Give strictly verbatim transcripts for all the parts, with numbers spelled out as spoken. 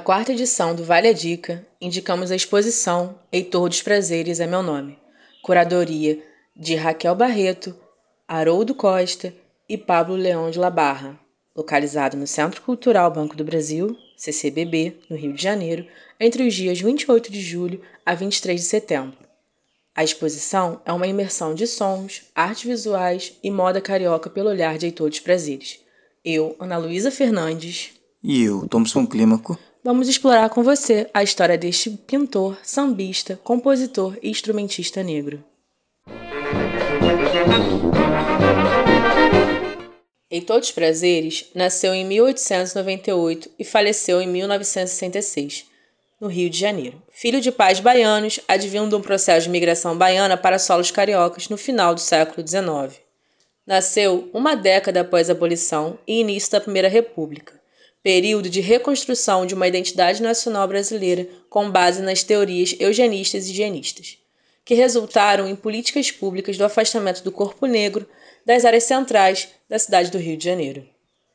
quarta edição do Vale a Dica, indicamos a exposição Heitor dos Prazeres é Meu Nome, curadoria de Raquel Barreto, Haroldo Costa e Pablo Leão de la Barra, localizado no Centro Cultural Banco do Brasil, C C B B, no Rio de Janeiro, entre os dias vinte e oito de julho a vinte e três de setembro. A exposição é uma imersão de sons, artes visuais e moda carioca pelo olhar de Heitor dos Prazeres. Eu, Ana Luísa Fernandes, e eu, Thompson Clímaco, vamos explorar com você a história deste pintor, sambista, compositor e instrumentista negro. Heitor dos Prazeres nasceu em mil oitocentos e noventa e oito e faleceu em mil novecentos e sessenta e seis, no Rio de Janeiro. Filho de pais baianos, advindo de um processo de migração baiana para solos cariocas no final do século dezenove. Nasceu uma década após a abolição e início da Primeira República, período de reconstrução de uma identidade nacional brasileira com base nas teorias eugenistas e higienistas, que resultaram em políticas públicas do afastamento do corpo negro das áreas centrais da cidade do Rio de Janeiro.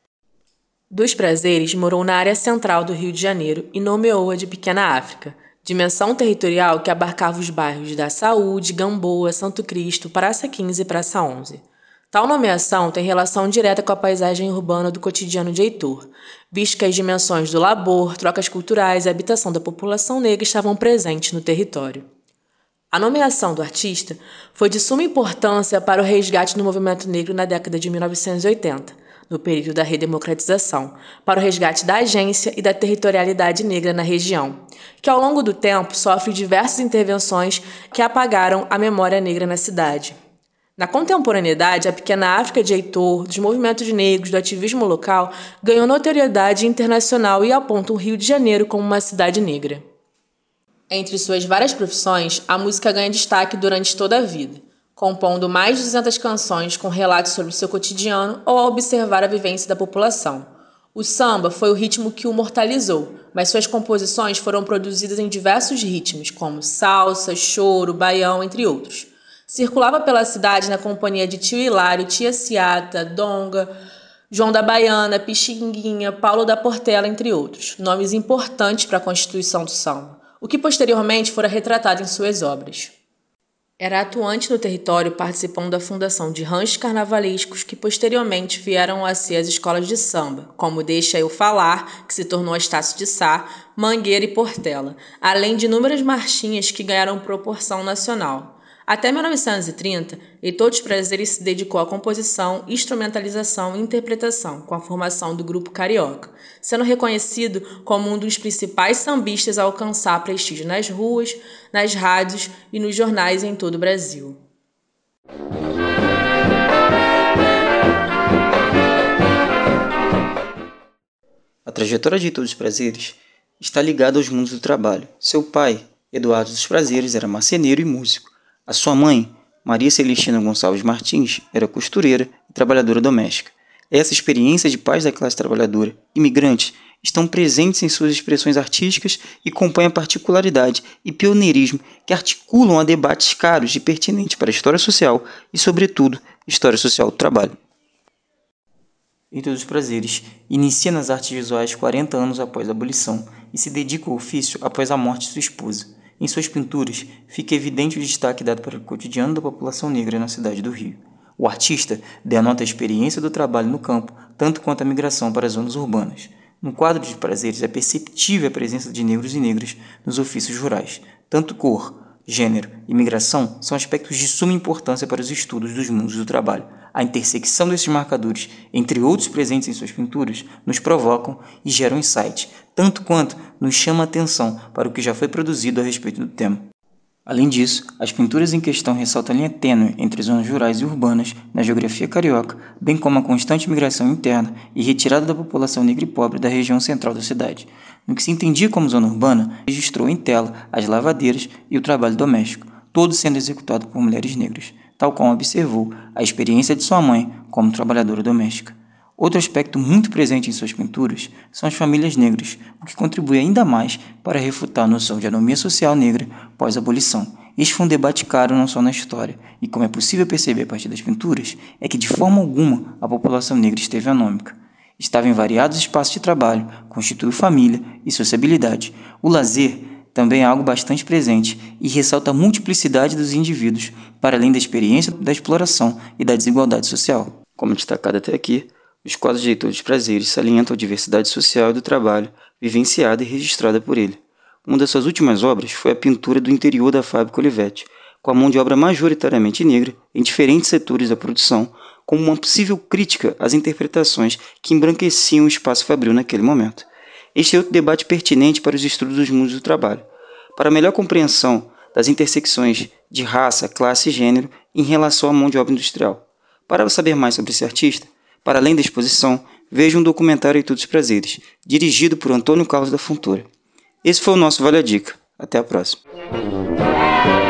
Dos Prazeres morou na área central do Rio de Janeiro e nomeou-a de Pequena África, dimensão territorial que abarcava os bairros da Saúde, Gamboa, Santo Cristo, Praça quinze e Praça onze. Tal nomeação tem relação direta com a paisagem urbana do cotidiano de Heitor, visto que as dimensões do labor, trocas culturais e habitação da população negra estavam presentes no território. A nomeação do artista foi de suma importância para o resgate do movimento negro na década de mil novecentos e oitenta, no período da redemocratização, para o resgate da agência e da territorialidade negra na região, que ao longo do tempo sofre diversas intervenções que apagaram a memória negra na cidade. Na contemporaneidade, a Pequena África de Heitor, dos movimentos negros, do ativismo local, ganhou notoriedade internacional e aponta o Rio de Janeiro como uma cidade negra. Entre suas várias profissões, a música ganha destaque durante toda a vida, compondo mais de duzentas canções com relatos sobre seu cotidiano ou a observar a vivência da população. O samba foi o ritmo que o mortalizou, mas suas composições foram produzidas em diversos ritmos, como salsa, choro, baião, entre outros. Circulava pela cidade na companhia de Tio Hilário, Tia Ciata, Donga, João da Baiana, Pixinguinha, Paulo da Portela, entre outros, nomes importantes para a constituição do samba, o que posteriormente fora retratado em suas obras. Era atuante no território participando da fundação de ranchos carnavalescos que posteriormente vieram a ser as escolas de samba, como Deixa Eu Falar, que se tornou a Estácio de Sá, Mangueira e Portela, além de inúmeras marchinhas que ganharam proporção nacional. Até mil novecentos e trinta, Heitor dos Prazeres se dedicou à composição, instrumentalização e interpretação, com a formação do Grupo Carioca, sendo reconhecido como um dos principais sambistas a alcançar prestígio nas ruas, nas rádios e nos jornais em todo o Brasil. A trajetória de Heitor dos Prazeres está ligada aos mundos do trabalho. Seu pai, Eduardo dos Prazeres, era marceneiro e músico. A sua mãe, Maria Celestina Gonçalves Martins, era costureira e trabalhadora doméstica. Essa experiência de pais da classe trabalhadora, imigrantes, estão presentes em suas expressões artísticas e compõem a particularidade e pioneirismo que articulam a debates caros e pertinentes para a história social e, sobretudo, história social do trabalho. Heitor dos Prazeres inicia nas artes visuais quarenta anos após a abolição e se dedica ao ofício após a morte de sua esposa. Em suas pinturas, fica evidente o destaque dado para o cotidiano da população negra na cidade do Rio. O artista denota a experiência do trabalho no campo, tanto quanto a migração para as zonas urbanas. No quadro de Prazeres é perceptível a presença de negros e negras nos ofícios rurais. Tanto cor, gênero e migração são aspectos de suma importância para os estudos dos mundos do trabalho. A intersecção desses marcadores, entre outros presentes em suas pinturas, nos provocam e geram insight, tanto quanto nos chama a atenção para o que já foi produzido a respeito do tema. Além disso, as pinturas em questão ressaltam a linha tênue entre zonas rurais e urbanas na geografia carioca, bem como a constante migração interna e retirada da população negra e pobre da região central da cidade. No que se entendia como zona urbana, registrou em tela as lavadeiras e o trabalho doméstico, todo sendo executado por mulheres negras, tal como observou a experiência de sua mãe como trabalhadora doméstica. Outro aspecto muito presente em suas pinturas são as famílias negras, o que contribui ainda mais para refutar a noção de anomia social negra pós-abolição. Este foi um debate caro não só na história, e como é possível perceber a partir das pinturas, é que de forma alguma a população negra esteve anômica. estava em variados espaços de trabalho, constitui família e sociabilidade. O lazer também é algo bastante presente e ressalta a multiplicidade dos indivíduos, para além da experiência da exploração e da desigualdade social. Como destacado até aqui, os quadros de Heitor dos Prazeres salientam a diversidade social e do trabalho vivenciada e registrada por ele. Uma das suas últimas obras foi a pintura do interior da fábrica Olivetti, com a mão de obra majoritariamente negra em diferentes setores da produção, como uma possível crítica às interpretações que embranqueciam o espaço fabril naquele momento. Este é outro debate pertinente para os estudos dos mundos do trabalho, para melhor compreensão das intersecções de raça, classe e gênero em relação à mão de obra industrial. Para saber mais sobre esse artista, para além da exposição, veja um documentário Heitor dos Prazeres, dirigido por Antônio Carlos da Fontoura. Esse foi o nosso Vale a Dica. Até a próxima.